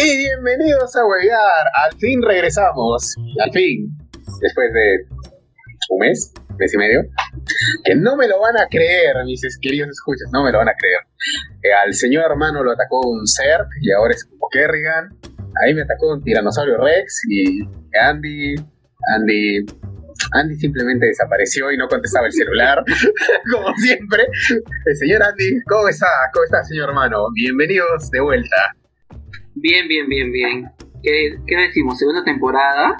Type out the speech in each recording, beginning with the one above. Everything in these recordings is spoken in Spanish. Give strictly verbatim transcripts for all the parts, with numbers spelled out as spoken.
Y bienvenidos a Huevear. Al fin regresamos. Al fin. Después de un mes, mes y medio. Que no me lo van a creer, mis queridos escuchas. No me lo van a creer. Eh, al señor hermano lo atacó un Zerg y ahora es como Kerrigan. Ahí me atacó un Tiranosaurio Rex. Y Andy... Andy... Andy simplemente desapareció y no contestaba el celular, como siempre. El señor Andy, ¿cómo está? ¿Cómo está, señor hermano? Bienvenidos de vuelta. Bien, bien, bien, bien. ¿Qué, qué decimos? ¿Segunda temporada?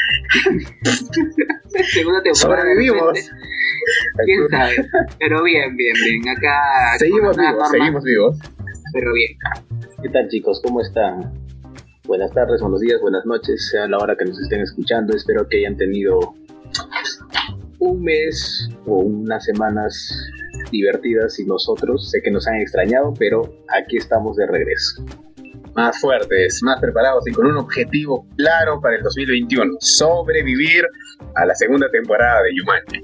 Segunda temporada. Sobrevivimos. ¿Quién sabe? Pero bien, bien, bien. Acá... Seguimos vivos, norma, seguimos vivos. Pero bien. ¿Qué tal, chicos? ¿Cómo están? Buenas tardes, buenos días, buenas noches, sea la hora que nos estén escuchando. Espero que hayan tenido un mes o unas semanas divertidas y nosotros, sé que nos han extrañado, pero aquí estamos de regreso. Más fuertes, más preparados y con un objetivo claro para el dos mil veintiuno: sobrevivir a la segunda temporada de Jumanji.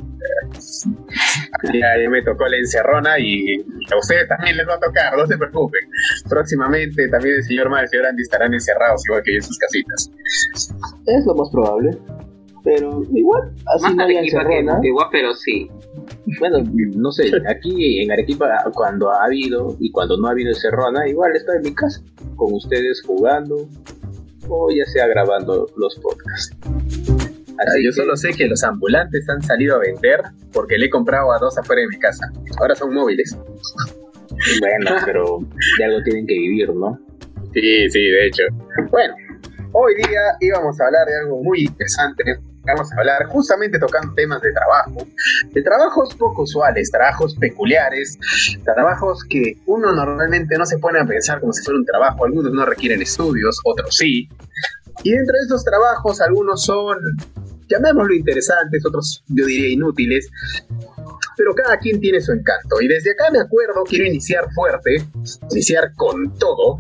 Ya, ya me tocó la encerrona y a ustedes también les va a tocar, no se preocupen. Próximamente también el señor Mar y el señor Andy estarán encerrados igual que yo en sus casitas. Es lo más probable. Pero igual, así más no había Arequipa encerrona. Que igual, pero sí. Bueno, no sé, aquí en Arequipa cuando ha habido y cuando no ha habido encerrona, igual estoy en mi casa, con ustedes jugando o ya sea grabando los podcasts. Así yo que... solo sé que los ambulantes han salido a vender porque le he comprado a dos afuera de mi casa. Ahora son móviles. Bueno, pero de algo tienen que vivir, ¿no? Sí, sí, de hecho. Bueno, hoy día íbamos a hablar de algo muy interesante. Vamos a hablar justamente tocando temas de trabajo, de trabajos poco usuales, trabajos peculiares, trabajos que uno normalmente no se pone a pensar como si fuera un trabajo. Algunos no requieren estudios, otros sí. Y dentro de estos trabajos, algunos son, llamémoslo interesantes, otros yo diría inútiles, pero cada quien tiene su encanto. Y desde acá me acuerdo, quiero iniciar fuerte, iniciar con todo,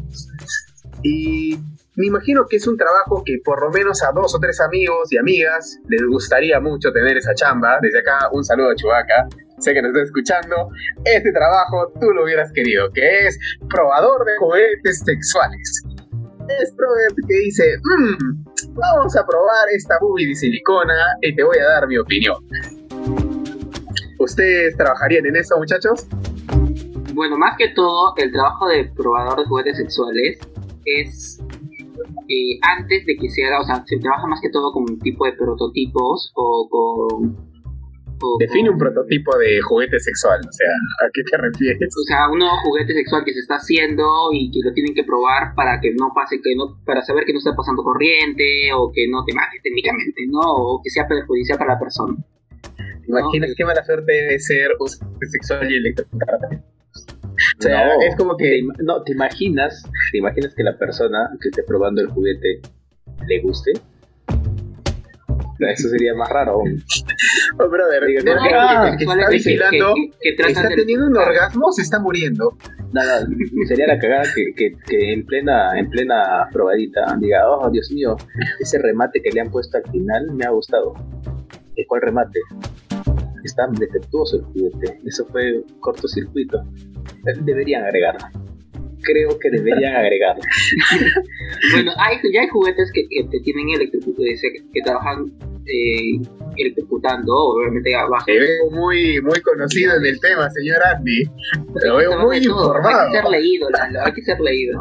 y me imagino que es un trabajo que por lo menos a dos o tres amigos y amigas les gustaría mucho tener esa chamba. Desde acá un saludo a Chewbacca, sé que nos está escuchando. Este trabajo tú lo hubieras querido, que es probador de juguetes sexuales. Es probador que dice, mmm, vamos a probar esta boobie de silicona y te voy a dar mi opinión. ¿Ustedes trabajarían en eso, muchachos? Bueno, más que todo, el trabajo de probador de juguetes sexuales es... Eh, antes de que se haga, o sea, se trabaja más que todo con un tipo de prototipos o con... O Define con, un prototipo de juguete sexual, o sea, ¿a qué te refieres? O sea, un nuevo juguete sexual que se está haciendo y que lo tienen que probar para que no pase, que no, para saber que no está pasando corriente o que no te mate técnicamente, ¿no? O que sea perjudicial para la persona. ¿Imaginas ¿no? qué mala suerte debe ser un juguete sexual y electrocutar? O sea, no, es como que te, no, te imaginas, te imaginas que la persona que esté probando el juguete le guste. Eso sería más raro. Oh, brother, digo, no, no, no, el que está vigilando, que, que, que está teniendo un orgasmo, se está muriendo. Nada, sería la cagada que, que, que en plena en plena probadita diga, oh Dios mío, ese remate que le han puesto al final me ha gustado. ¿Cuál remate? Está defectuoso el juguete. Eso fue cortocircuito. Deberían agregarlo. Creo que deberían agregarlo. Bueno, hay, ya hay juguetes que, que te tienen electrocutados, que, que trabajan eh, electrocutando, obviamente abajo. Te veo muy, muy conocido en el tema, señor Andy. Lo veo muy informado. Hay que ser leído, Lalo, hay que ser leído.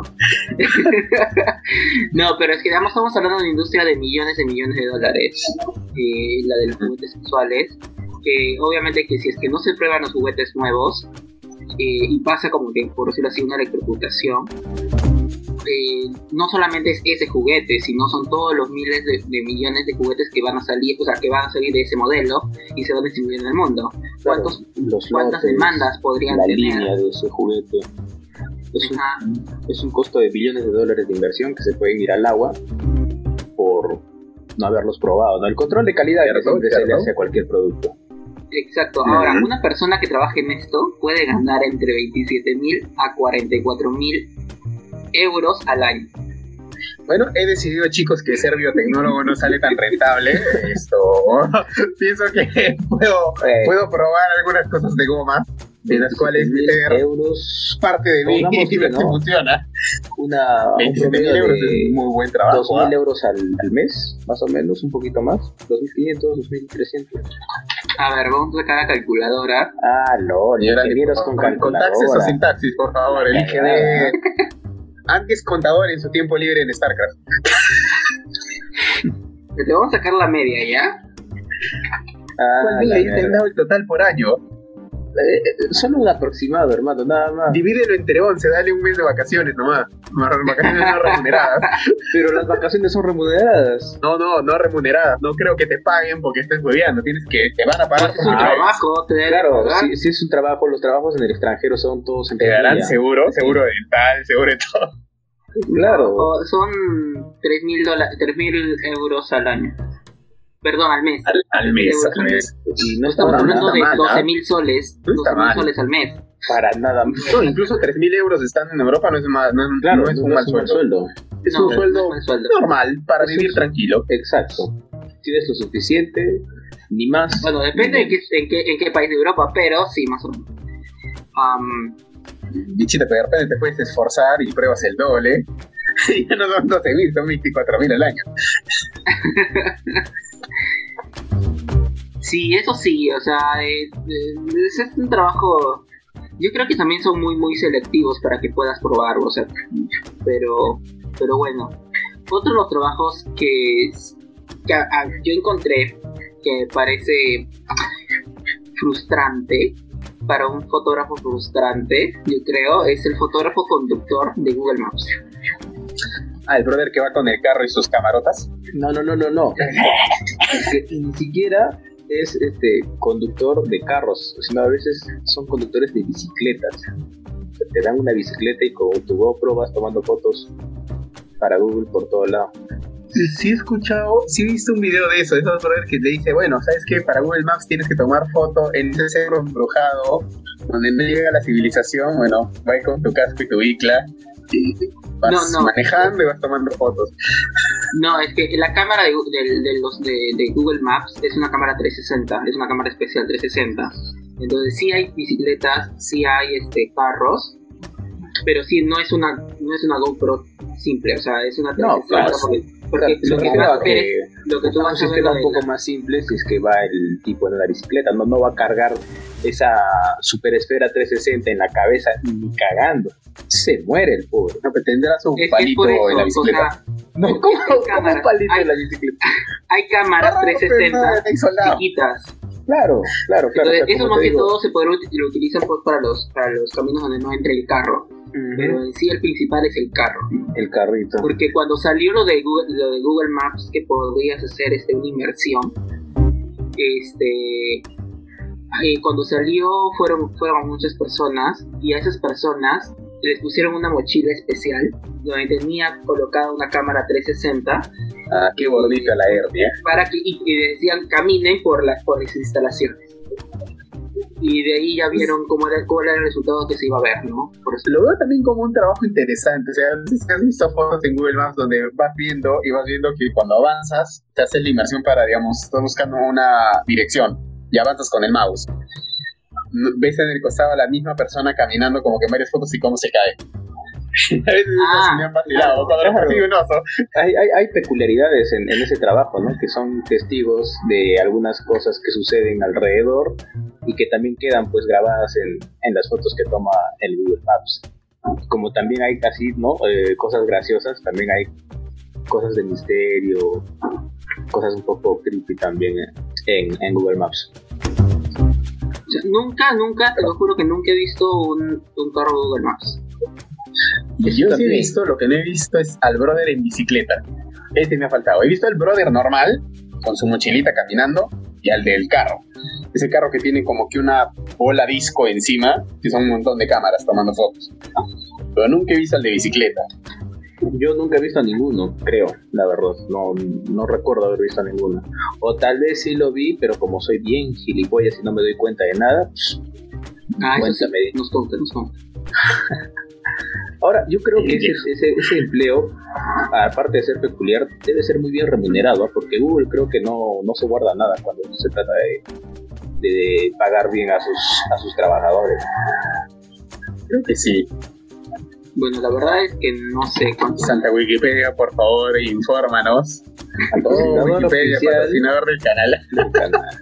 No, pero es que además estamos hablando de una industria de millones de millones de dólares, eh, la de los juguetes sexuales, que obviamente que si es que no se prueban los juguetes nuevos, Eh, y pasa como que, por decirlo así, una electrocutación, eh, no solamente es ese juguete, sino son todos los miles de, de millones de juguetes que van a salir, o sea, que van a salir de ese modelo y se van a distribuir en el mundo. ¿Cuántos, claro, los ¿Cuántas lotes, demandas podrían la tener? La línea de ese juguete es un, es un costo de billones de dólares de inversión que se pueden ir al agua por no haberlos probado, ¿no? El control de calidad que siempre se le hace a cualquier producto. Exacto. Ahora, uh-huh. Una persona que trabaje en esto puede ganar entre veintisiete mil a cuarenta y cuatro mil euros al año. Bueno, he decidido, chicos, que ser biotecnólogo no sale tan rentable. Esto, pienso que puedo, puedo probar algunas cosas de goma. en las cuales meter euros, parte de mí pongamos y que ver no. si funciona. Una, un veintisiete mil promedio euros de es muy buen trabajo. dos mil ¿ah? euros al, al mes, más o menos, un poquito más, dos mil quinientos, dos mil trescientos. A ver, vamos a sacar la calculadora. Ah, no, Señora, ingenieros por con favor, ¿con taxis o calculadora. sin taxis, por favor? Elige de... Antes contador en su tiempo libre en StarCraft. Te vamos a sacar la media, ¿ya? Ah, ¿Cuál la día? Yo te he mierda. dado el total por año. Eh, eh, solo un aproximado, hermano, nada más. Divídelo entre once, dale un mes de vacaciones nomás. Vacaciones no remuneradas. Pero las vacaciones son remuneradas. No, no, no remuneradas. No creo que te paguen porque estés hueveando. Tienes que, te van a pagar. Es un Ah, trabajo, te deben Claro, pagar. si, si es un trabajo, los trabajos en el extranjero son todos en Te darán planilla. seguro, seguro dental, seguro de todo. Claro. O son tres mil dólares, tres mil euros al año. Perdón, al mes. Al, al mes, Euros al mes. Y no está Estamos mal, hablando no de está mal, doce ¿ah? mil soles. No está doce mil mal. soles al mes. para nada. No, incluso tres mil euros están en Europa no es, más, no es, Claro, no es un mal sueldo. sueldo. Es No, un no sueldo es mal sueldo. normal para Es vivir un- tranquilo. Exacto. Tienes lo suficiente, ni más. Bueno, depende de qué, en, qué, en qué país de Europa, pero sí, más o menos. Am, Bichita, pero de repente te puedes esforzar y pruebas el doble. Y ya no son doce mil, son veinticuatro mil al año. sí, eso sí, o sea, eh, eh, ese es un trabajo. Yo creo que también son muy, muy selectivos para que puedas probarlo, o sea, pero, pero bueno. Otro de los trabajos que, que a- a- yo encontré que parece frustrante para un fotógrafo frustrante, yo creo, es el fotógrafo conductor de Google Maps. Ah, el brother que va con el carro y sus camarotas. No, no, no, no, no. Es que ni siquiera es este conductor de carros, sino a veces son conductores de bicicletas. O sea, te dan una bicicleta y con tu GoPro vas tomando fotos para Google por todo lado. Sí, sí he escuchado, sí he visto un video de eso, de esos brothers que te dice, bueno, ¿sabes qué? Para Google Maps tienes que tomar foto en ese cerro embrujado, donde no llega la civilización, bueno, vas con tu casco y tu bicla, y vas No, no. manejando y vas tomando fotos. No, es que la cámara de, de, de los, de, de Google Maps es una cámara trescientos sesenta, es una cámara especial trescientos sesenta. Entonces sí hay bicicletas, sí hay este carros, pero sí no es una no es una GoPro simple, o sea, es una No, trescientos sesenta claro. porque, porque Claro, lo que se tú vas a refiere a hacer que es lo que tú un vas a hacer sistema lo un de poco la- más simple si es que va el tipo en la bicicleta, no, no va a cargar esa super esfera trescientos sesenta en la cabeza ni cagando, se muere el pobre. No, pero tendrás un es, es palito por eso, en la o bicicleta. sea, No, hay ¿cómo, ¿cómo cámaras, un palito hay- en la bicicleta? hay cámaras Ah, trescientos sesenta pero no, hay soldado. chiquitas. Claro, claro, claro. Entonces, o sea, eso como más te que digo, todo se podrá uti- lo utilizan pues, para los para los caminos donde no entre el carro, pero en sí el principal es el carro. el carrito. Porque cuando salió lo de Google, lo de Google Maps, que podrías hacer este, una inmersión, este, eh, cuando salió fueron, fueron muchas personas y a esas personas les pusieron una mochila especial donde tenía colocada una cámara trescientos sesenta Ah, qué bonita la hernia. para que y, y decían caminen por las por las instalaciones. Y de ahí ya vieron cómo era, cuál era el resultado que se iba a ver, ¿no? Por eso. Lo veo también como un trabajo interesante. O sea, no sé si has visto fotos en Google Maps donde vas viendo y vas viendo que cuando avanzas te haces la inmersión para, digamos, estás buscando una dirección y avanzas con el mouse. Ves en el costado a la misma persona caminando como que en varias fotos y cómo se cae. A veces Ah, eso me han vacilado cuando lo claro. persigue un oso. Hay, hay, hay peculiaridades en, en ese trabajo, ¿no? Que son testigos de algunas cosas que suceden alrededor y que también quedan pues grabadas en, en las fotos que toma el Google Maps. Como también hay casi, ¿no? Eh, cosas graciosas, también hay cosas de misterio, cosas un poco creepy también en, en Google Maps. O sea, nunca, nunca, te lo juro que nunca he visto un, un carro de Google Maps. Y Eso yo sí he también. visto, lo que no he visto es al brother en bicicleta. Ese me ha faltado. He visto al brother normal, con su mochilita caminando, y al del carro. Ese carro que tiene como que una bola disco encima, que son un montón de cámaras tomando fotos. Pero nunca he visto al de bicicleta. Yo nunca he visto a ninguno, creo, la verdad. No, no recuerdo haber visto a ninguno. O tal vez sí lo vi, pero como soy bien gilipollas y no me doy cuenta de nada, pues, Ah, eso sí, cuéntame. nos conta, nos conta. Ahora, yo creo que ese, ese, ese empleo, aparte de ser peculiar, debe ser muy bien remunerado, ¿eh? Porque Google creo que no, no se guarda nada cuando se trata de, de pagar bien a sus, a sus trabajadores. Creo que sí. Bueno, la verdad es que no sé cuánto. Santa Wikipedia, por favor, infórmanos. A todo Patrocinador Wikipedia, oficial patrocinador del canal. del canal.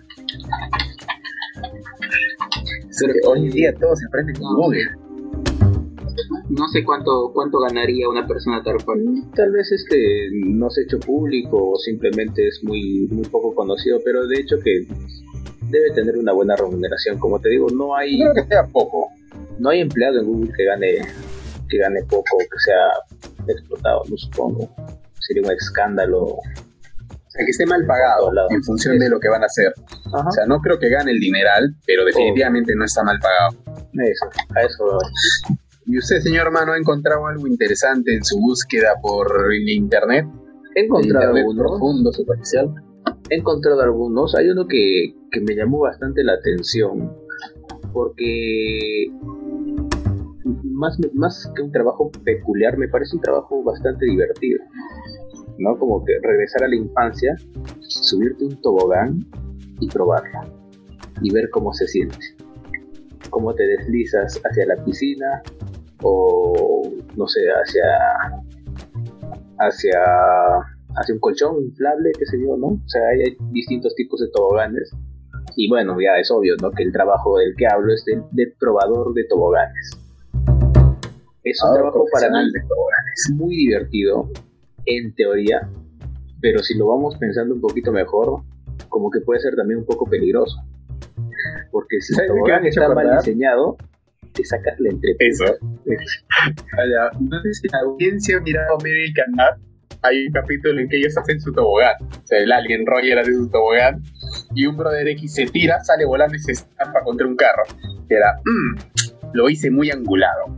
Pero hoy en día todo se aprende con No. Google. No sé cuánto cuánto ganaría una persona tal cual. Tal vez este no se ha hecho público o simplemente es muy, muy poco conocido, pero de hecho que debe tener una buena remuneración. Como te digo, no hay, Creo que sea poco. no hay empleado en Google que gane, que gane poco, que sea explotado, no supongo. Sería un escándalo. O sea, que esté mal pagado en función de lo que van a hacer. Ajá. O sea, no creo que gane el dineral, pero definitivamente no está mal pagado. Eso, a eso. ¿Y usted, señor hermano, ha encontrado algo interesante en su búsqueda por el internet? He encontrado Internet algunos. profundo, superficial. He encontrado algunos. Hay uno que, que me llamó bastante la atención porque más, más que un trabajo peculiar, me parece un trabajo bastante divertido, ¿no? Como que regresar a la infancia, subirte un tobogán y probarlo y ver cómo se siente, cómo te deslizas hacia la piscina o no sé, hacia hacia hacia un colchón inflable, qué sé yo, ¿no? O sea, hay, hay distintos tipos de toboganes y bueno, ya es obvio, ¿no? Que el trabajo del que hablo es del, del probador de toboganes. Es un Ah, trabajo para mí profesional de toboganes. muy divertido en teoría, pero si lo vamos pensando un poquito mejor, como que puede ser también un poco peligroso, porque si el ¿Sabes qué me tobogán ha hecho está mal acordar? diseñado, te sacas la entrepierna. Eso. Allá, no sé si la audiencia ha mirado American Dad. Hay un capítulo en que ellos hacen su tobogán. O sea, el alien Roger hace su tobogán y un brother X se tira, sale volando y se estampa contra un carro. Y era, mmm, lo hice muy angulado.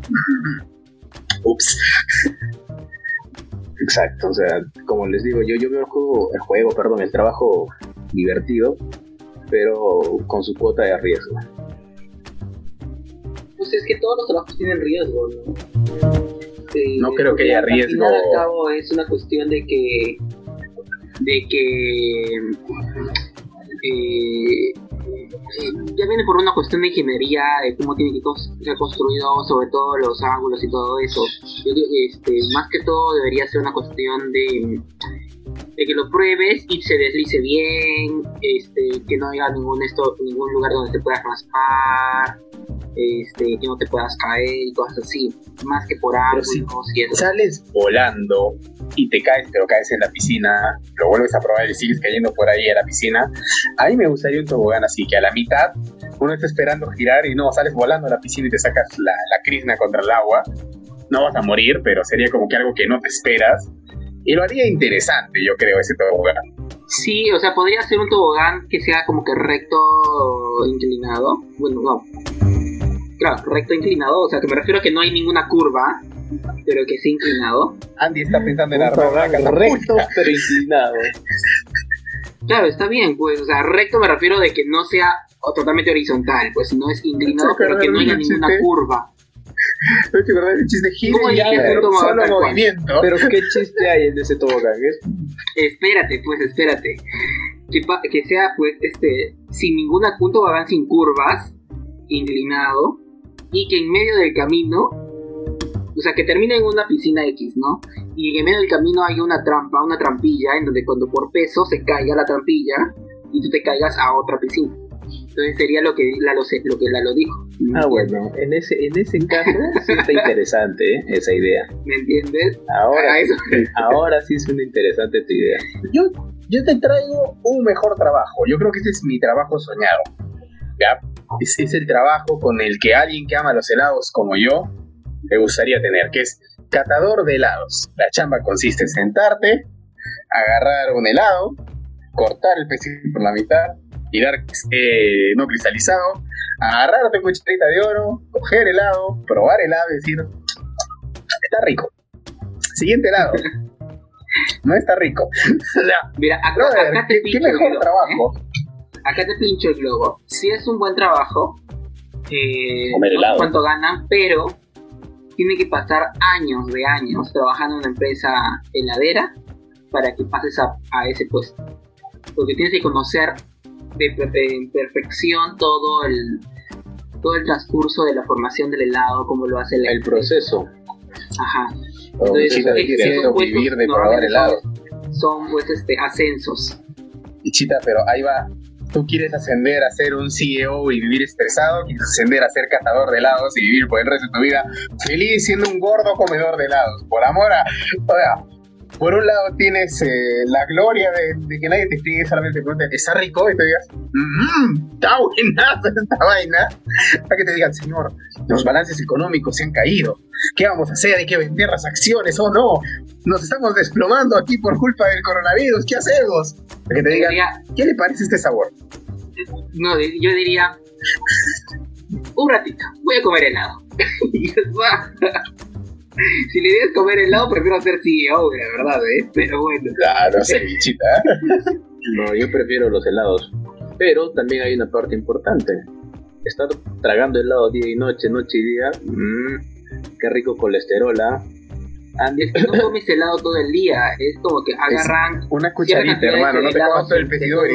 Ups. Exacto, o sea, como les digo, yo, yo veo el juego, el juego, perdón, el trabajo divertido, pero con su cuota de riesgo. Pues es que todos los trabajos tienen riesgo, ¿no? Eh, No creo que haya al riesgo. final y al cabo es una cuestión de que de que eh, ya viene por una cuestión de ingeniería, de cómo tiene que cos- ser construido, sobre todo los ángulos y todo eso. Yo creo que este, más que todo debería ser una cuestión de, de que lo pruebes y se deslice bien, este, que no haya ningún esto, ningún lugar donde te puedas raspar, este, que no te puedas caer y cosas así, más que por Pero ángulos si y eso. sales volando y te caes, pero caes en la piscina, lo vuelves a probar y sigues cayendo por ahí a la piscina. A mí me gustaría un tobogán así, que a la mitad uno está esperando girar y no, sales volando a la piscina y te sacas la, la crisna contra el agua. No vas a morir, pero sería como que algo que no te esperas. Y lo haría interesante, yo creo, ese tobogán. Sí, o sea, podría ser un tobogán que sea como que recto inclinado. Bueno, no. Claro, recto inclinado, o sea, que me refiero a que no hay ninguna curva, pero que sea inclinado. Andy está pensando en Un armar una tobogán recto catapulta. pero inclinado. Claro, está bien, pues, o sea, recto me refiero de que no sea totalmente horizontal, pues no es inclinado, Sí, pero que no haya pero ninguna chiste. curva. ¿No te acuerdas del chiste? Gira ¿Cómo y eliges haga un tobogán solo tal cual? movimiento. Pero qué chiste hay en ese tobogán, ¿eh? Espérate, pues, espérate. Que, pa- que sea, pues, este, sin ninguna punto tobogán sin curvas, inclinado, y que en medio del camino, o sea, que termine en una piscina X, ¿no? Y que en medio del camino haya una trampa, una trampilla, en donde cuando por peso se caiga la trampilla y tú te caigas a otra piscina. Entonces sería lo que Lalo, se- lo que Lalo dijo. ¿Me Ah, entiendes? bueno, en ese, en ese caso sí está interesante, ¿eh? Esa idea. ¿Me entiendes? Ahora, A eso. ahora sí suena interesante tu idea. Yo, yo te traigo un mejor trabajo. Yo creo que este es mi trabajo soñado. ¿Ya? Ese es el trabajo con el que alguien que ama los helados como yo le gustaría tener, que es catador de helados. La chamba consiste en sentarte, agarrar un helado, cortar el pesito por la mitad y dar eh, no cristalizado, agarrar tu cucharita de oro, coger helado, probar helado y decir, está rico. Siguiente helado. No está rico. O sea, Mira, acá, brother, acá te ¿qué, qué pincho el mejor globo, trabajo? ¿eh? Acá te pincho el globo. Si es un buen trabajo, eh, Comer no sé helado. cuánto ganan, pero tiene que pasar años de años trabajando en una empresa heladera para que pases a, a ese puesto. Porque tienes que conocer de, de perfección todo el todo el transcurso de la formación del helado, como lo hace el, el proceso. Ajá. Entonces, Chita, es, esos puestos vivir de probar helado. Son, son pues este ascensos. Y Chita, pero ahí va. Tú quieres ascender a ser un C E O y vivir estresado, quieres ascender a ser catador de helados y vivir por el resto de tu vida feliz siendo un gordo comedor de helados. Por amor a... O sea, por un lado tienes eh, la gloria de, de que nadie te explique, solamente te pregunten, ¿está rico? Y te digas, mmm, está buenazo esta vaina. Para que te digan, señor, los balances económicos se han caído. ¿Qué vamos a hacer? Hay que vender las acciones, ¿o no? Nos estamos desplomando aquí por culpa del coronavirus. ¿Qué hacemos? Para que te digan, diría, ¿qué le parece este sabor? No, yo diría, un ratito, voy a comer helado. Y va. Si le idea es comer helado, prefiero ser C E O, la verdad, ¿eh? Pero bueno. Claro, no sé, Chita. No, yo prefiero los helados. Pero también hay una parte importante. Estar tragando helado día y noche, noche y día. Mmm, qué rico colesterol, ¿ah? Es que no comes helado todo el día. Es como que agarran... Es una cucharita, hermano. No te comas todo el pesidori.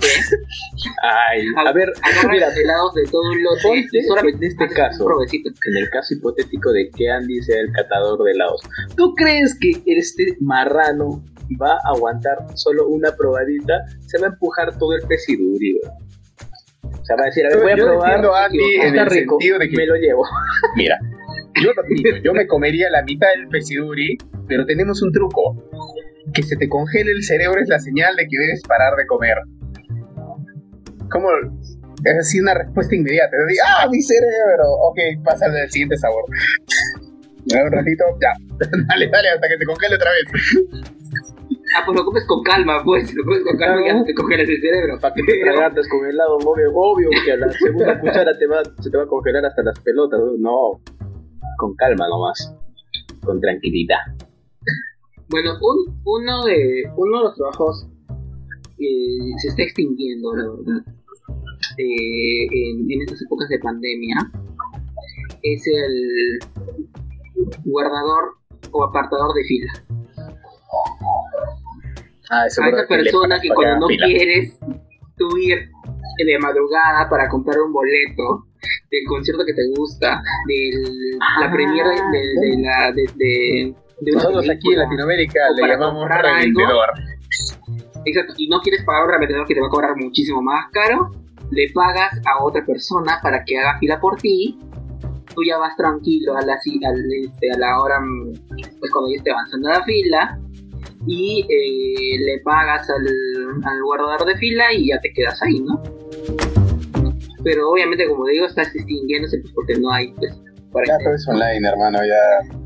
Ay, a, a ver, mira, helados de todo un lote. Ponte, solamente en este caso, en el caso hipotético de que Andy sea el catador de helados, ¿tú crees que este marrano va a aguantar solo una probadita? Se va a empujar todo el pesiduri, güey. O sea, va a decir, a ver, voy a yo probar. Yo a Andy en el rico, sentido de que me lo llevo. Mira, yo lo admito, yo me comería la mitad del pesiduri, pero tenemos un truco. Que se te congele el cerebro es la señal de que debes parar de comer. ¿Cómo? Es así una respuesta inmediata. Te digo, ¡ah, mi cerebro! Ok, pasa al siguiente sabor. Un ratito, ya. Dale, dale, hasta que te congele otra vez. Ah, pues lo comes con calma, pues. Lo comes con calma y ya no te congelas el cerebro. Para que te tragantes con helado, obvio, obvio que a la segunda cuchara te va, se te va a congelar hasta las pelotas. No, con calma nomás. Con tranquilidad. Bueno, un, uno, de, uno de los trabajos eh, se está extinguiendo, la verdad, eh, en, en estas épocas de pandemia, es el guardador o apartador de fila. Ah, eso a esa persona que cuando no fila. Quieres tú ir de madrugada para comprar un boleto del concierto que te gusta, de la premiere de, de, de la... De, de, de nosotros aquí en Latinoamérica le llamamos revendedor. Exacto, y no quieres pagar a un revendedor que te va a cobrar muchísimo más caro, le pagas a otra persona para que haga fila por ti. Tú ya vas tranquilo a la, a, este, a la hora, pues cuando ya esté avanzando la fila, y eh, le pagas al, al guardador de fila y ya te quedas ahí, ¿no? Pero obviamente, como digo, está extinguiéndose pues porque no hay, pues, para ya todo es online, hermano, ya.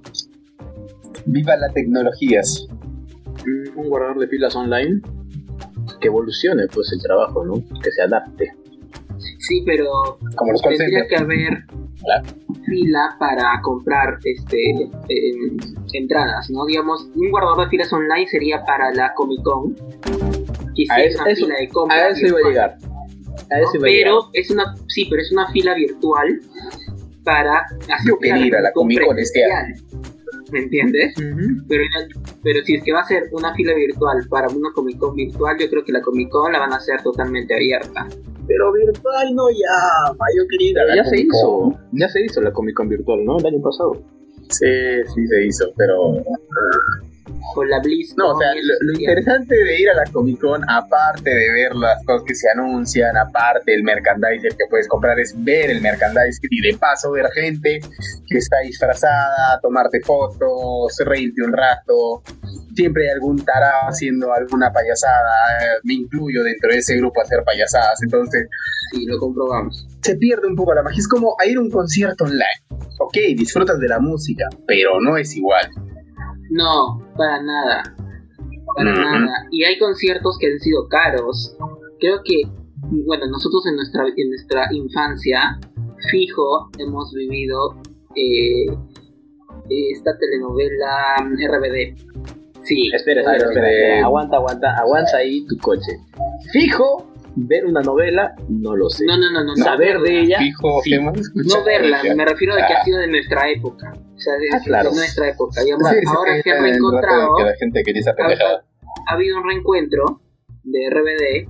Viva las tecnologías. Un guardador de filas online que evolucione pues el trabajo, ¿no? Que se adapte. Sí, pero como los tendría que haber claro. fila para comprar este eh, entradas, ¿no? Digamos, un guardador de filas online sería para la Comic Con, que sí es una eso, fila de compra. A eso virtual, iba a llegar. A eso ¿no? iba Pero a llegar. es una, sí, pero es una fila virtual para yo quería ir a la Comic Con este año. ¿Me entiendes? Uh-huh. Pero, pero si es que va a ser una fila virtual para una Comic Con virtual, yo creo que la Comic Con la van a hacer totalmente abierta. Pero virtual no ya, yo quería ir a la ya se hizo, ya se hizo la Comic Con virtual, ¿no? El año pasado. Sí, sí se hizo, pero... Con la BlizzCon. No, o sea, lo, lo interesante de ir a la Comic Con, aparte de ver las cosas que se anuncian, aparte del merchandising que puedes comprar, es ver el merchandising y de paso ver gente que está disfrazada, tomarte fotos, reírte un rato. Siempre hay algún tarado haciendo alguna payasada, me incluyo dentro de ese grupo a hacer payasadas, entonces... Sí, lo comprobamos. Se pierde un poco la magia, es como a ir a un concierto online. Ok, disfrutas de la música, pero no es igual. No, para nada, para uh-huh. nada. Y hay conciertos que han sido caros. Creo que, bueno, nosotros en nuestra en nuestra infancia, fijo, hemos vivido eh, esta telenovela R B D. Sí. Espera, espera, espera, espera. Aguanta, aguanta, aguanta ahí tu coche. Fijo, ver una novela, no lo sé. No, no, no, no. Saber no, de ella, fijo, sí. No verla, me refiero a que ah. ha sido de nuestra época. O sea, de, ah, claro. de nuestra época. Digamos, sí, ahora sí, se ha reencontrado. Que la gente quería esa pendejada. Ha, ha habido un reencuentro de R B D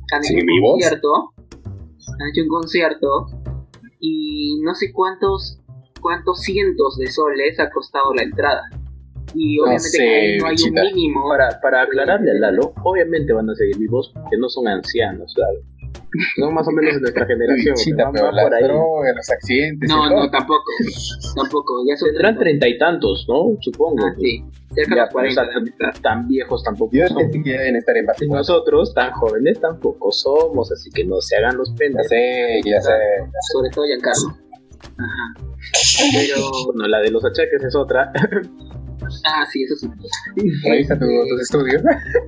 han hecho ¿Sí, un vivos? concierto, han hecho un concierto y no sé cuántos cuántos cientos de soles ha costado la entrada. Y No obviamente sé, que ahí no hay Bichita. un mínimo. Para, para aclararle a Lalo, obviamente van a seguir vivos porque no son ancianos, claro. Son más o menos de nuestra generación. Chita, van- pero van las por ahí. drogas, los accidentes. No, y todo. no, tampoco. Tampoco, ya son Tendrán treinta y tantos, ¿no? Supongo. Ah, sí, cerca de Ya, los cuarenta. o sea, deben estar. tan viejos tampoco Yo son. pensé que ya deben estar en Y base. nosotros, tan jóvenes, tampoco somos, así que no se hagan los Ya pendejos. sé, ya sé. Sobre todo Giancarlo. Ajá. Pero, Bueno, la de los achaques es otra. ah, sí, eso sí. Revisa tu- tus estudios.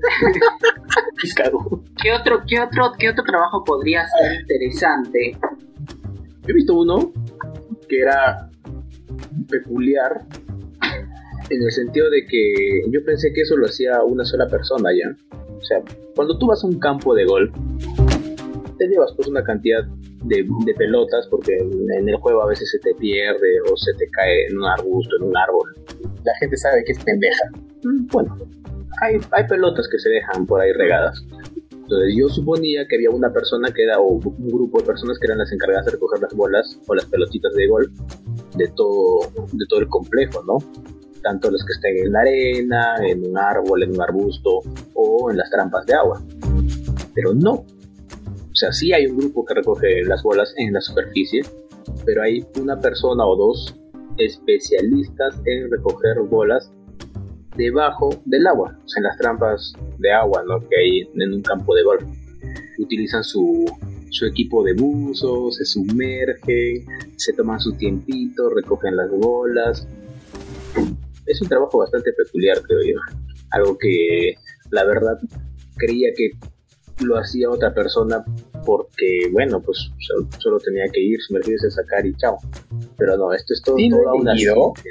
Cago. ¿Qué otro, qué otro, qué otro trabajo podría ser interesante? He visto uno que era peculiar en el sentido de que yo pensé que eso lo hacía una sola persona ya. O sea, cuando tú vas a un campo de golf, te llevas pues una cantidad de, de pelotas porque en, en el juego a veces se te pierde o se te cae en un arbusto, en un árbol. La gente sabe que es pendeja. Mm, Bueno, hay, hay pelotas que se dejan por ahí regadas. Entonces yo suponía que había una persona que era, o un grupo de personas que eran las encargadas de recoger las bolas o las pelotitas de golf de todo, de todo el complejo, ¿no? Tanto los que estén en la arena, en un árbol, en un arbusto o en las trampas de agua. Pero no. O sea, sí hay un grupo que recoge las bolas en la superficie, pero hay una persona o dos especialistas en recoger bolas debajo del agua, o sea, en las trampas de agua, ¿no? Que hay en un campo de golf. Utilizan su, su equipo de buzo, se sumergen, se toman su tiempito, recogen las bolas. Es un trabajo bastante peculiar, creo yo. Algo que, la verdad, creía que lo hacía otra persona porque, bueno, pues solo, solo tenía que ir, sumergirse, sacar y chao. Pero no, esto es todo, Sí, lo he toda una leído. ciencia.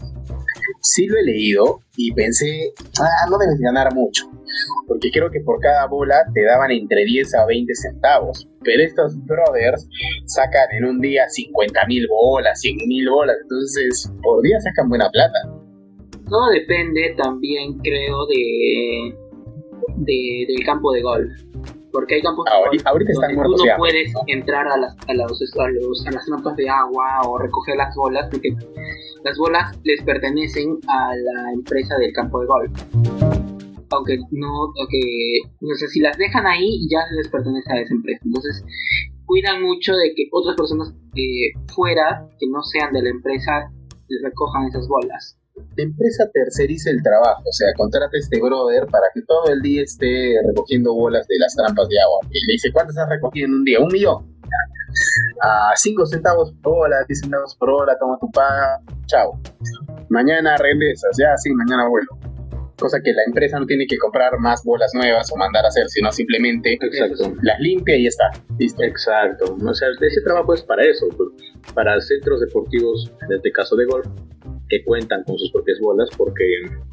Sí lo he leído y pensé, ah, no debes ganar mucho, porque creo que por cada bola te daban entre diez a veinte centavos, pero estos brothers sacan en un día cincuenta mil bolas, cien mil bolas, entonces por día sacan buena plata. Todo depende también, creo, de, de del campo de golf. Porque hay campos de Ahorita- golf ahorita están donde tú muertos no de hambre, puedes ¿no? entrar a las, a, los, a, los, a las trampas de agua o recoger las bolas, porque las bolas les pertenecen a la empresa del campo de golf. Aunque no, aunque, o sea, si las dejan ahí, ya les pertenece a esa empresa. Entonces, cuidan mucho de que otras personas eh, fuera, que no sean de la empresa, les recojan esas bolas. La empresa terceriza el trabajo, o sea, contrata a este brother para que todo el día esté recogiendo bolas de las trampas de agua. Y le dice, ¿cuántas has recogido en un día? Un millón. A cinco centavos por bola, diez centavos por bola, toma tu paga, chao. Mañana regresas, ya sí, mañana vuelvo. Cosa que la empresa no tiene que comprar más bolas nuevas o mandar a hacer, sino simplemente Exacto. las limpia y ya está. Listo. Exacto. O sea, ese trabajo es para eso, pues, para centros deportivos, en este caso de golf, que cuentan con sus propias bolas, porque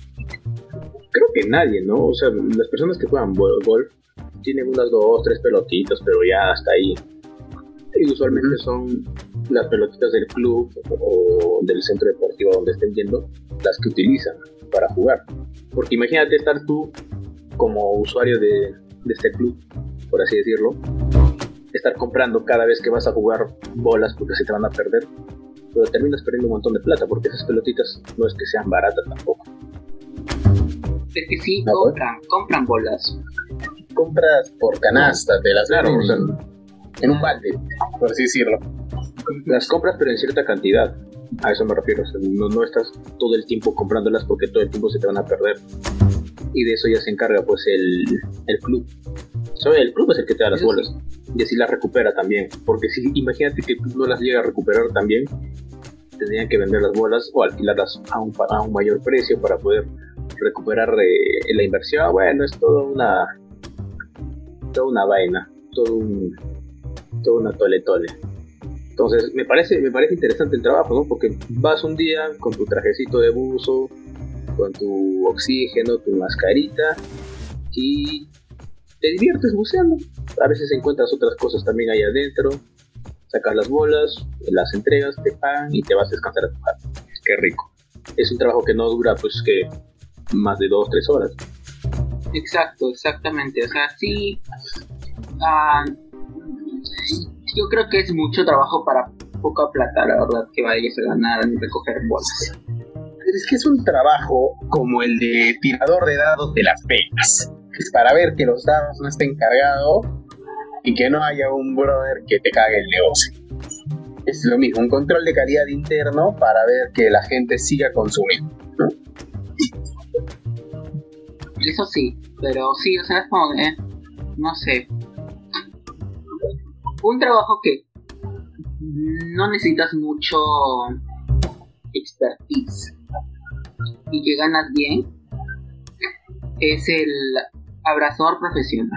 creo que nadie, ¿no? O sea, las personas que juegan bol- golf tienen unas dos, tres pelotitas, pero ya hasta ahí. Y usualmente son las pelotitas del club o del centro deportivo donde estén yendo las que utilizan para jugar. Porque imagínate estar tú como usuario de, de este club, por así decirlo, estar comprando cada vez que vas a jugar bolas porque se te van a perder, pero terminas perdiendo un montón de plata porque esas pelotitas no es que sean baratas tampoco. Es que sí, No, compran, compran bolas. Compras por canasta, te las Claro, venden o sea, en un balde, por así decirlo. las compras pero en cierta cantidad, a eso me refiero. O sea, no, no estás todo el tiempo comprándolas porque todo el tiempo se te van a perder, y de eso ya se encarga pues el, el club. O sea, el club es el que te da las Eso bolas y así las recupera también, porque si imagínate que el club no las llega a recuperar también, tendrían que vender las bolas o alquilarlas a un, a un mayor precio para poder recuperar eh, la inversión. Bueno, es toda una toda una vaina, todo un todo una tole tole. Entonces me parece me parece interesante el trabajo, ¿no? Porque vas un día con tu trajecito de buzo, con tu oxígeno, tu mascarita, y te diviertes buceando. A veces encuentras otras cosas también ahí adentro, sacas las bolas, las entregas, te pagan y te vas a descansar a tu casa. Qué rico. Es un trabajo que no dura pues que más de dos, tres horas. Exacto, exactamente. O sea, sí, Ah, yo creo que es mucho trabajo para poca plata, la verdad, que vayas a ganar en recoger bolas. Pero es que es un trabajo como el de tirador de dados de Las Vegas. Es para ver que los dados no estén cargados y que no haya un brother que te cague el negocio. Es lo mismo, un control de calidad interno para ver que la gente siga consumiendo, ¿no? Eso sí, pero sí, o sea, es como que, no sé, un trabajo que no necesitas mucho expertise y que ganas bien es el abrazador profesional.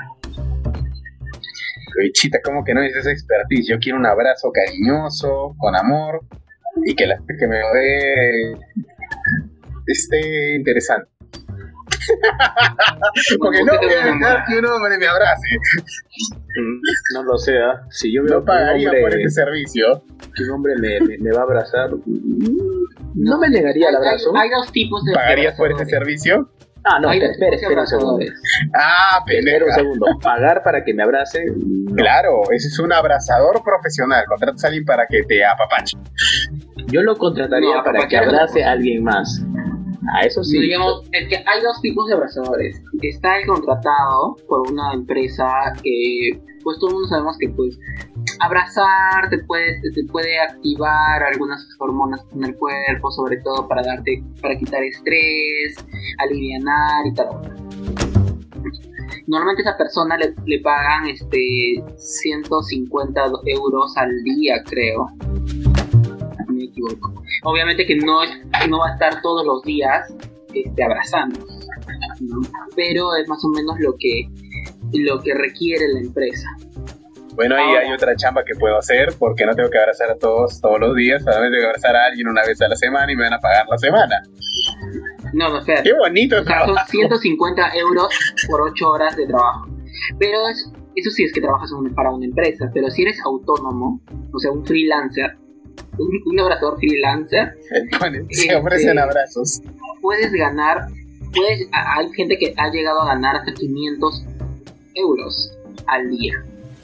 Chita, ¿cómo que no dices expertise? Yo quiero un abrazo cariñoso, con amor, y que la gente que me dé esté interesante. Porque no voy a dejar que un hombre me abrace. No lo sé, ¿eh? Si yo veo no pagaría hombre, por ese servicio. Que un hombre me, me, me va a abrazar, no me negaría el abrazo. Hay, hay dos tipos de ¿Pagarías por ese servicio? Ah, no, hay espera, espera un segundo. Ah, pendeja. Espera un segundo. ¿Pagar para que me abrace? No. Claro, ese es un abrazador profesional. Contratas a alguien para que te apapache. Yo lo contrataría no, para que abrace a alguien más. A eso sí. No, digamos, es que hay dos tipos de abrazadores. Está el contratado por una empresa que, pues todos mundo sabemos que pues abrazar te puede, te puede activar algunas hormonas en el cuerpo, sobre todo para darte, para quitar estrés, alivianar y tal. Normalmente a esa persona le, le pagan este ciento cincuenta euros al día, creo. No me equivoco. Obviamente que no, es, no va a estar todos los días este, abrazando, ¿no? Pero es más o menos lo que, lo que requiere la empresa. Bueno, ahí hay otra chamba que puedo hacer porque no tengo que abrazar a todos todos los días, solamente tengo que abrazar a alguien una vez a la semana y me van a pagar la semana. No, no, espera. Qué bonito. O sea, son ciento cincuenta euros por ocho horas de trabajo. Pero es, eso sí es que trabajas para una empresa, pero si eres autónomo, o sea, un freelancer, un, un abrazador freelancer, bueno, se este, ofrecen abrazos. Puedes ganar, puedes, hay gente que ha llegado a ganar hasta quinientos euros al día.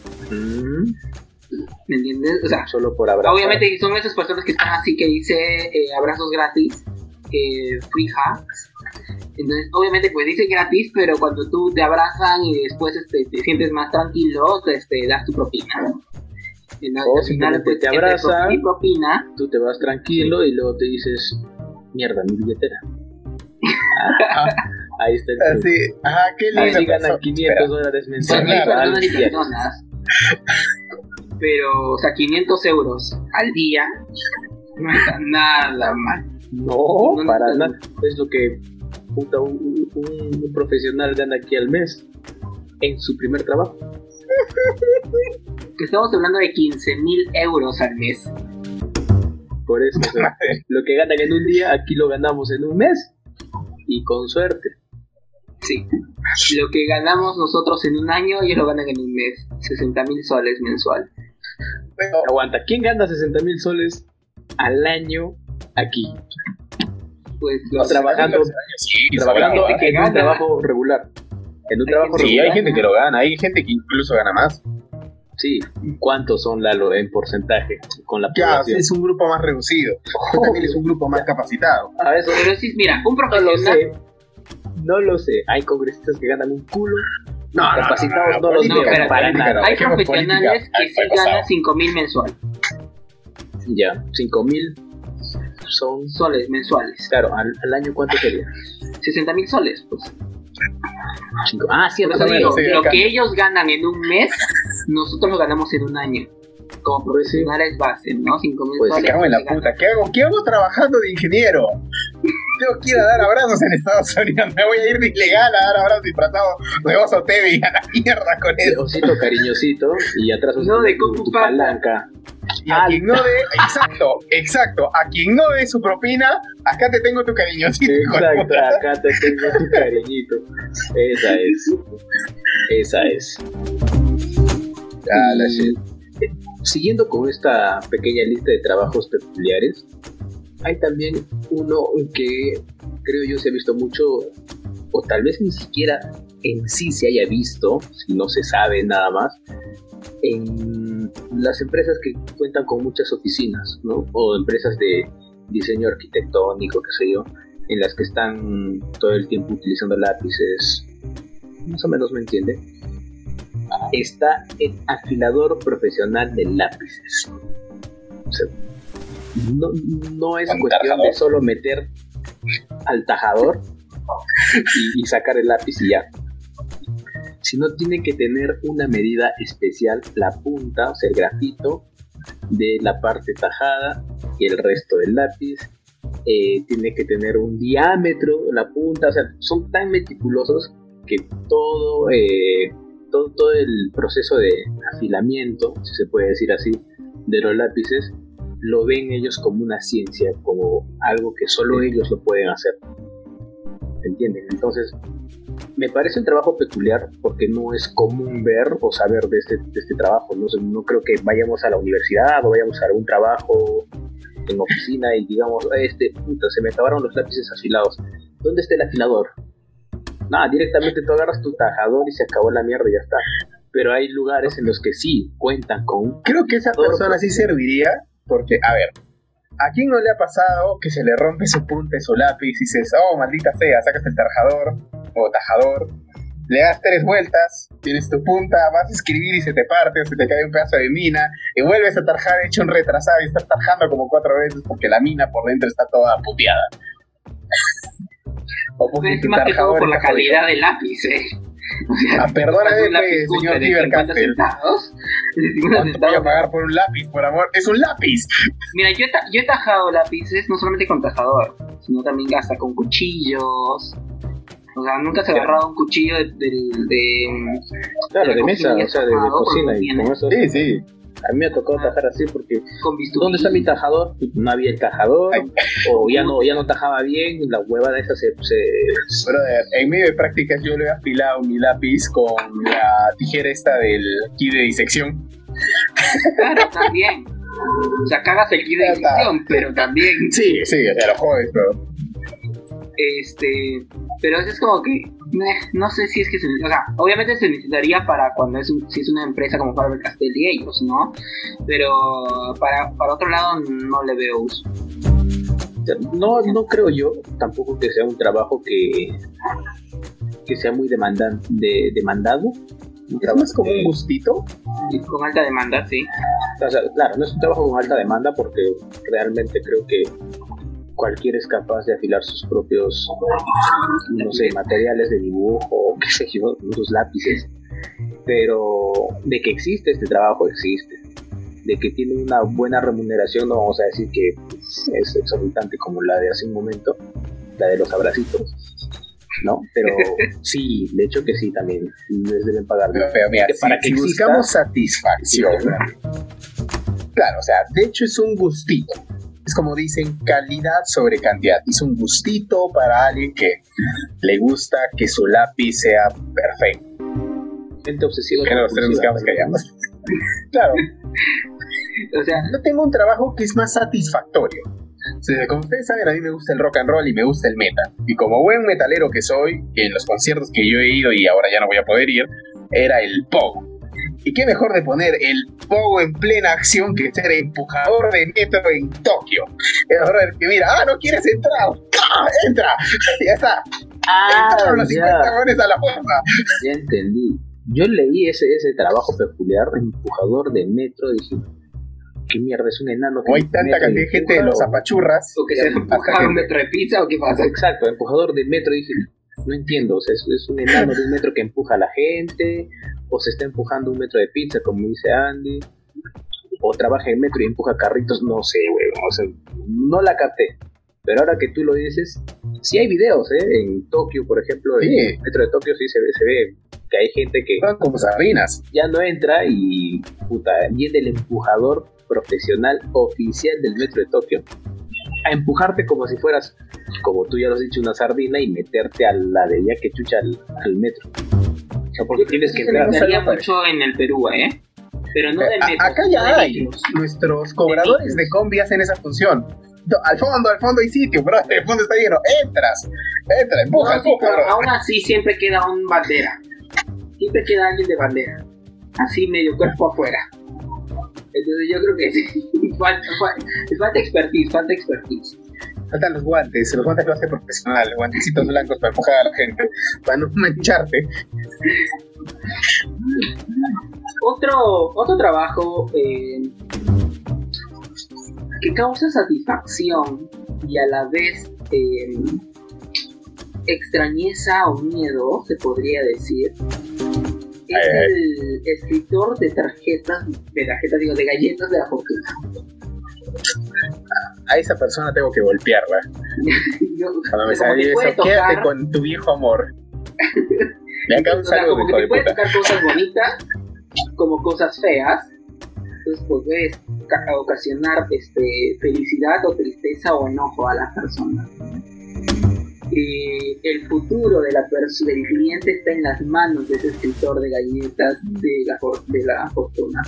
¿Me entiendes? O sea, solo por abrazar. Obviamente son esas personas que están así que dice eh, abrazos gratis, eh, free hugs. Entonces, obviamente, pues dice gratis, pero cuando tú te abrazan y después este, te sientes más tranquilo, este, das tu propina, ¿no? O al final, pues, te abrazan, y propina, tú te vas tranquilo y luego te dices, mierda, mi billetera. Ah, ahí está el así, ajá, qué lindo. Así ganan quinientos dólares mensuales. Personas y personas. Pero, o sea, quinientos euros al día no está nada mal. No, no para nada. Es lo que puta, un, un, un profesional gana aquí al mes en su primer trabajo. Que estamos hablando de quince mil euros al mes. Por eso, o sea, lo que ganan en un día, aquí lo ganamos en un mes. Y con suerte. Sí. Lo que ganamos nosotros en un año, ellos lo ganan en un mes. sesenta mil soles mensual. Pero, aguanta, ¿quién gana sesenta mil soles al año aquí? Pues los trabajando, años, sí, trabajando en un gana. trabajo regular. En un hay trabajo sí, regular. Hay gente que lo gana, hay gente que incluso gana más. Sí, ¿cuántos son, Lalo, en porcentaje con la ya, población? Es un grupo más reducido. Oh, también es un grupo más capacitado. A ver, pero sí, mira, un profesional... No lo sé, no lo sé. Hay congresistas que ganan un culo. No, capacitados no, no, no, no los no, veo para nada. Hay profesionales que sí ganan cinco mil mensual. Ya, cinco mil son soles mensuales. Claro, al, al año ¿cuánto sería? sesenta mil soles, pues. Cinco. Ah, sí, por eso digo, sí, lo acá. Que ellos ganan en un mes, nosotros lo ganamos en un año. Como profesionales base, ¿no? cinco mil pues soles. Me cago en la puta. ¿Qué hago? ¿Qué hago trabajando de ingeniero? Tengo que ir a dar abrazos en Estados Unidos. Me voy a ir de ilegal a dar abrazos disfrazado de oso T V y a la mierda con eso. Osito cariñosito y atrás no, de tu, tu palanca. Y a quien no dé, exacto, exacto, a quien no dé su propina, acá te tengo tu cariñosito. Exacto, acá te tengo tu cariñito. Esa es. Esa es. Ah, la shit. Siguiendo con esta pequeña lista de trabajos peculiares, hay también uno que creo yo se ha visto mucho, o tal vez ni siquiera en sí se haya visto, si no se sabe nada más, en las empresas que cuentan con muchas oficinas, ¿no? O empresas de diseño arquitectónico, qué sé yo, en las que están todo el tiempo utilizando lápices, más o menos me entiende. Está el afilador profesional de lápices. O sea, no, no es cuestión de solo meter al tajador y, y sacar el lápiz y ya, sino tiene que tener una medida especial, la punta, o sea, el grafito de la parte tajada y el resto del lápiz. Eh, tiene que tener un diámetro, la punta, o sea, son tan meticulosos que todo, eh, todo, todo el proceso de afilamiento, si se puede decir así, de los lápices, lo ven ellos como una ciencia, como algo que solo ellos lo pueden hacer. ¿Entienden? Entonces, me parece un trabajo peculiar porque no es común ver o saber de este, de este trabajo. No, no creo que vayamos a la universidad o vayamos a algún trabajo en oficina y digamos, este, puta, se me acabaron los lápices afilados. ¿Dónde está el afilador? Nada, directamente tú agarras tu tajador y se acabó la mierda y ya está. Pero hay lugares en los que sí cuentan con... Creo que esa persona sí serviría porque, a ver, ¿a quién no le ha pasado que se le rompe su punta de su lápiz y dices, oh, maldita sea, sacas el tajador o tajador, le das tres vueltas, tienes tu punta, vas a escribir y se te parte o se te cae un pedazo de mina y vuelves a tarjar hecho un retrasado y estás tarjando como cuatro veces porque la mina por dentro está toda puteada? O porque es más que todo por la calidad del lápiz, eh. O sea, ah, perdóname, pues, señor Tibercastel. ¿Cuánto voy a pagar por un lápiz, por amor? ¡Es un lápiz! Mira, yo he, ta- yo he tajado lápices no solamente con tajador, sino también hasta con cuchillos. O sea, nunca se ha agarrado un cuchillo de... de, de claro, de, de mesa, o sea, de, de cocina y con eso. Sí, sí. A mí me ha tocado tajar así porque con ¿dónde está mi tajador? No había el tajador. Ay. O ya no, ya no tajaba bien, la huevada esa se... se... Brother, en medio de prácticas yo le he afilado mi lápiz con la tijera esta del kit de disección. Claro, también. O sea, cagas el kit de disección, pero también... Sí, sí, o sea, lo jodes, bro. Este... Pero es como que... No sé si es que se... O sea, obviamente se necesitaría para cuando es un, si es una empresa como Faber-Castell y ellos, ¿no? Pero para, para otro lado no le veo uso. No, no creo yo tampoco que sea un trabajo que... que sea muy demandan, de, demandado. Un trabajo es como un gustito. Con alta demanda, sí. O sea, claro, no es un trabajo con alta demanda porque realmente creo que cualquiera es capaz de afilar sus propios, no sé, materiales de dibujo o qué sé yo, sus lápices. Pero de que existe este trabajo, existe. De que tiene una buena remuneración, no vamos a decir que es exorbitante como la de hace un momento, la de los abracitos, ¿no? Pero sí, de hecho que sí, también les deben pagar. Pero, pero mira, que si, para que si exista, buscamos satisfacción, claro, o sea, de hecho es un gustito. Es como dicen, calidad sobre cantidad. Es un gustito para alguien que le gusta que su lápiz sea perfecto. Gente obsesiva. Que los tres nos quedamos callados. Claro. O sea, no tengo un trabajo que es más satisfactorio. O sea, como ustedes saben, a mí me gusta el rock and roll y me gusta el metal. Y como buen metalero que soy, en los conciertos que yo he ido y ahora ya no voy a poder ir, era el pogo. Y qué mejor de poner el pogo en plena acción que ser empujador de metro en Tokio. Es verdad que mira, ah, no quieres entrar, ¡ah! Entra, ya está. Ah, entraron los cincuenta goles a la puerta. Ya entendí. Yo leí ese, ese trabajo peculiar, empujador de metro, dije, ¿qué mierda? Es un enano que... O hay tanta cantidad de gente de los apachurras. O que se empuja un metro de pizza o qué pasa. Exacto, empujador de metro, dije, no entiendo, o sea, es, es un enano de un metro que empuja a la gente, o se está empujando un metro de pizza, como dice Andy, o trabaja en metro y empuja carritos, no sé, güey, o sea, no la capté. Pero ahora que tú lo dices, sí hay videos, ¿eh? En Tokio, por ejemplo, sí. En el metro de Tokio sí se ve, se ve que hay gente que... Van como sardinas. Ya no entra y, puta, viene el empujador profesional oficial del metro de Tokio a empujarte como si fueras, como tú ya lo has dicho, una sardina y meterte a la de ya que chucha al, al metro. O sea, porque tienes que entrar. Se veía mucho en el Perú, ¿eh? Pero no del metro. Acá ya hay. Nuestros cobradores de combi hacen esa función. Al fondo, al fondo hay sitio, bro. El fondo está lleno. Entras, entra, empuja, no, sí, empuja, pero bro. aún así siempre queda un bandera. Siempre queda alguien de bandera. así medio cuerpo afuera. Entonces yo creo que sí, falta, falta, falta expertise, falta expertise. Faltan los guantes, los guantes lo hace profesional, guantecitos blancos para empujar a la gente, para no mancharte. Otro, otro trabajo eh, que causa satisfacción y a la vez eh, extrañeza o miedo, se podría decir, es eh. el escritor de tarjetas, de tarjetas, digo, de galletas de la fortuna. A esa persona tengo que golpearla. Yo, Cuando me como sale que eso, puede quédate tocar, con tu viejo amor. Me acaba un o sea, saludo, como que hijo te de puede puta. tocar cosas bonitas como cosas feas. Entonces pues puedes ca- ocasionar este, felicidad o tristeza o enojo a las personas. Eh, el futuro de la pers- del cliente está en las manos de ese escritor de galletas de la, for- de la fortuna.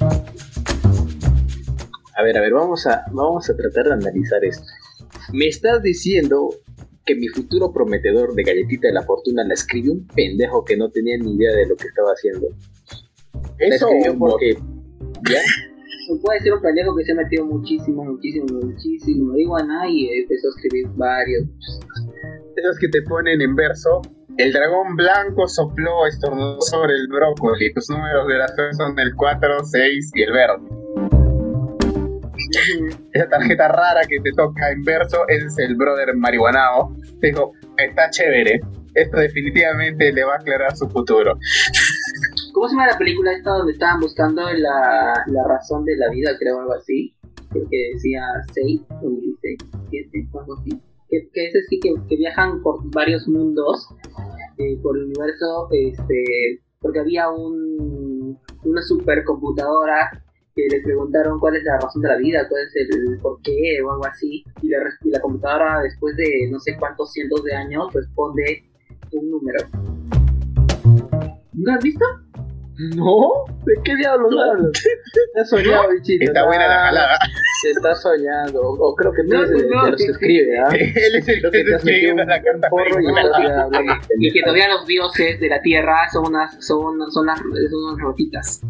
A ver, a ver, vamos a, vamos a tratar de analizar esto. Me estás diciendo que mi futuro prometedor de galletita de la fortuna la escribió un pendejo que no tenía ni idea de lo que estaba haciendo. La Eso, escribió porque... ¿Ya? Puede ser un pendejo que se ha metido muchísimo, muchísimo, muchísimo marihuana y empezó a escribir varios. esos que te ponen en verso. El dragón blanco sopló, estornudó sobre el brócoli. Tus números de la suerte son el cuatro, seis y el verde. Esa tarjeta rara que te toca en verso es el brother marihuanao. Te dijo, está chévere. Esto definitivamente le va a aclarar su futuro. ¿Cómo se llama la película esta donde estaban buscando la, la razón de la vida, creo, algo así? Creo que decía seis o dieciséis, siete, algo así. Que, que es así, que, que viajan por varios mundos, eh, por el universo, este, porque había un, una supercomputadora que le preguntaron cuál es la razón de la vida, cuál es el por qué o algo así, y la, y la computadora después de no sé cuántos cientos de años responde un número. ¿No lo has visto? ¿No? ¿De qué diablos hablas? Has soñado, bichito. Está buena la jalada. Se está soñando. O, o creo que tú No, eres de, no, de los sí, que sí. escribe, ¿ah? Él es el Creo que que te te has metido escribe un la carta porro y marihuana. no te habla de Y que todavía los dioses de la tierra son unas, son, son, las, son unas rotitas.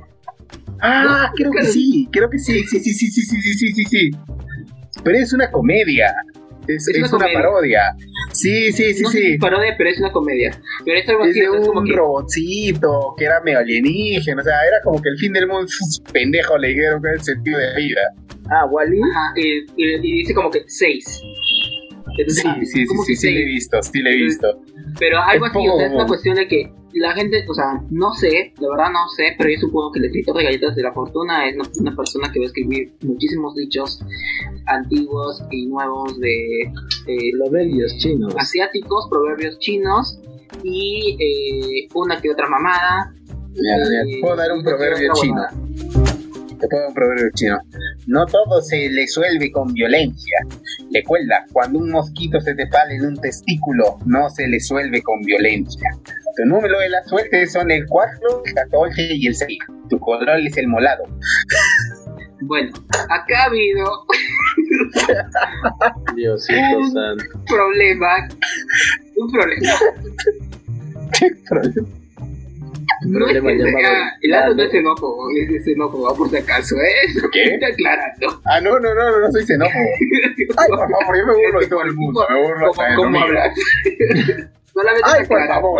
Ah, creo que sí, creo que sí, sí, sí, sí, sí, sí, sí, sí, sí, sí. Pero es una comedia. Es, Es es una una, comedia. parodia. Sí, sí, sí, No sé si sí. es parodia, pero es una comedia. Pero es algo Es así, de o sea, es como un que... robotcito que era medio alienígena. O sea, era como que el fin del mundo. Pendejo le dijeron que era el sentido de la vida. Ah, Wally. Ajá, y, y- y dice como que seis. Entonces, Sí, ah, sí, sí, ¿cómo sí, que sí, le he seis? visto, sí, le he visto. Pero algo Es así, o sea, es poco- una cuestión de que la gente, o sea, no sé, de verdad no sé, pero yo supongo que el escritor de Galletas de la Fortuna es una, una persona que va a escribir muchísimos dichos antiguos y nuevos de eh, Los bellos chinos. asiáticos, proverbios chinos y eh, una que otra mamada. Mira, mira, eh, te puedo dar un una que proverbio otra chino. huevada. Te puedo dar un proverbio chino. No todo se le suelve con violencia. Recuerda, cuando un mosquito se te pala en un testículo, no se le suelve con violencia. Tu número de la suerte son el cuatro, el catorce y el seis. Tu color es el molado. Bueno, acá ha habido Diosito un santo. problema, un problema. ¿Qué problema? Un No es problema que llamado sea, el Lalo no Lalo. es xenófobo, es xenófobo, por si acaso, ¿eh? Eso ¿Qué? está aclarando. Ah, no, no, no, no, no soy xenófobo. Ay, por favor, yo me burlo de todo el mundo. Me burlo hasta de ¿Cómo, lo cómo mío. hablas? Solamente Ay, está por aclarando, favor.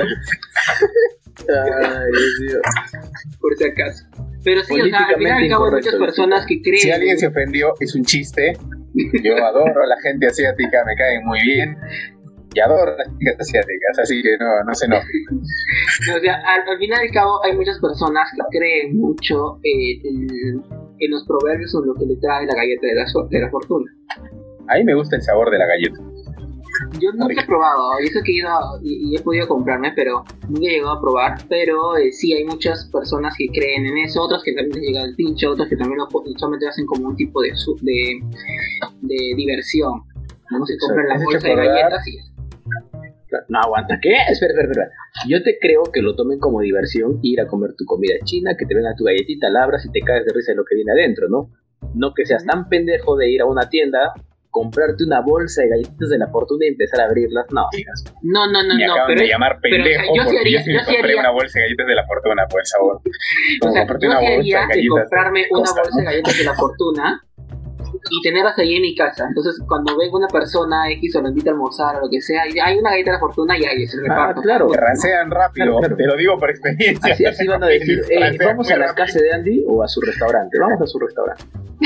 Ay, Dios. por si acaso. Pero sí, o sea, al final y al cabo hay muchas Políticamente personas que creen. Si alguien se ofendió, es un chiste. Yo adoro a la gente asiática, me caen muy bien. Y adoro a las chicas asiáticas, así que no, no se enojen. O sea, al, al final y al cabo hay muchas personas que creen mucho eh, en, en los proverbios o en lo que le trae la galleta de la, suerte, de la fortuna. A mí me gusta el sabor de la galleta. Yo nunca he probado, y eso que he ido a- y, y he podido comprarme, pero nunca he llegado a probar. Pero eh, sí, hay muchas personas que creen en eso, otras que también les llega el pincho, otras que también lo, solamente hacen como un tipo de, su- de, de diversión. ¿No? Se compran la ¿Has hecho bolsa de probar? galletas y No, aguanta, ¿qué? Espera, espera, espera. Yo te creo que lo tomen como diversión ir a comer tu comida china, que te venga tu galletita, la abras y te caes de risa de lo que viene adentro, ¿no? No que seas tan pendejo de ir a una tienda, comprarte una bolsa de galletitas de la fortuna y empezar a abrirlas. No, no, no, no, me no. acaban Pero de es, llamar pero, pendejo o sea, yo sí porque haría, yo sí yo me sí compré haría, una bolsa de galletas de la fortuna, por favor. o Como sea, comprarte yo una sí bolsa haría de de galletas comprarme una costa, bolsa de ¿no? galletas de la fortuna y tenerlas ahí en mi casa. Entonces, cuando venga una persona X o lo invita a almorzar o lo que sea, y hay una galleta de la fortuna y ahí se reparto. Ah, claro. Que rancean rápido, Claro, claro. te lo digo por experiencia. Así, así van a decir, eh, Rancean vamos muy a la rápido. casa de Andy o a su restaurante. Vamos a su restaurante.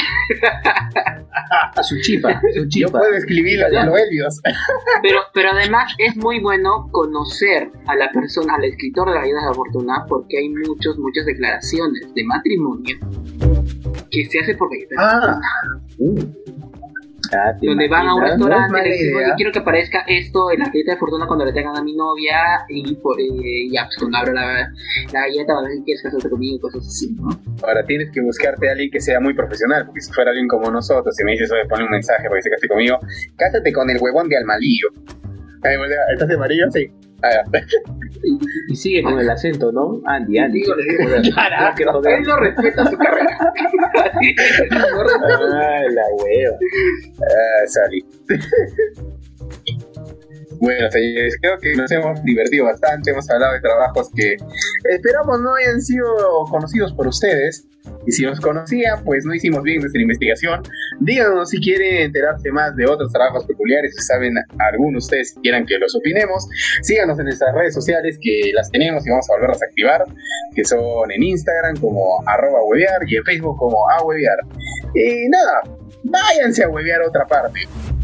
A su chipa, su Yo chipa. puedo escribir los proverbios. Pero, pero además es muy bueno conocer a la persona, al escritor de la galletas de la fortuna, porque hay muchos, muchas declaraciones de matrimonio que se hace por galletas. Ah, Ah, ¿te Donde van a un imaginas? restaurante No es y le mala dicen, idea. oye, quiero que aparezca esto en la galleta de fortuna cuando le tengan a mi novia y por, eh, ya, pues cuando abro la, la galleta van a decir, ¿quieres casarte conmigo? Y cosas así, ¿no? ahora tienes que buscarte a alguien que sea muy profesional, porque si fuera alguien como nosotros, si me dices, oye, ponle un mensaje para que se case conmigo, cásate con el huevón de Almalillo. Ay, bueno, ¿estás de amarillo? Sí. Ah, ya. Y, y sigue con el acento, ¿no? Andy, Andy. Sí, le Joder, Carajo, qué joder. él no respeta su carrera. Así, no respeta su- Ah, la hueva. Ah, salí. Bueno, señores, creo que nos hemos divertido bastante, hemos hablado de trabajos que esperamos no hayan sido conocidos por ustedes, y si los conocían, pues no hicimos bien nuestra investigación. Díganos si quieren enterarse más de otros trabajos peculiares, si saben algunos de ustedes que quieran que los opinemos. Síganos en nuestras redes sociales, que las tenemos y vamos a volverlas a activar, que son en Instagram como arroba huevear y en Facebook como a huevear. Y nada, váyanse a huevear a otra parte.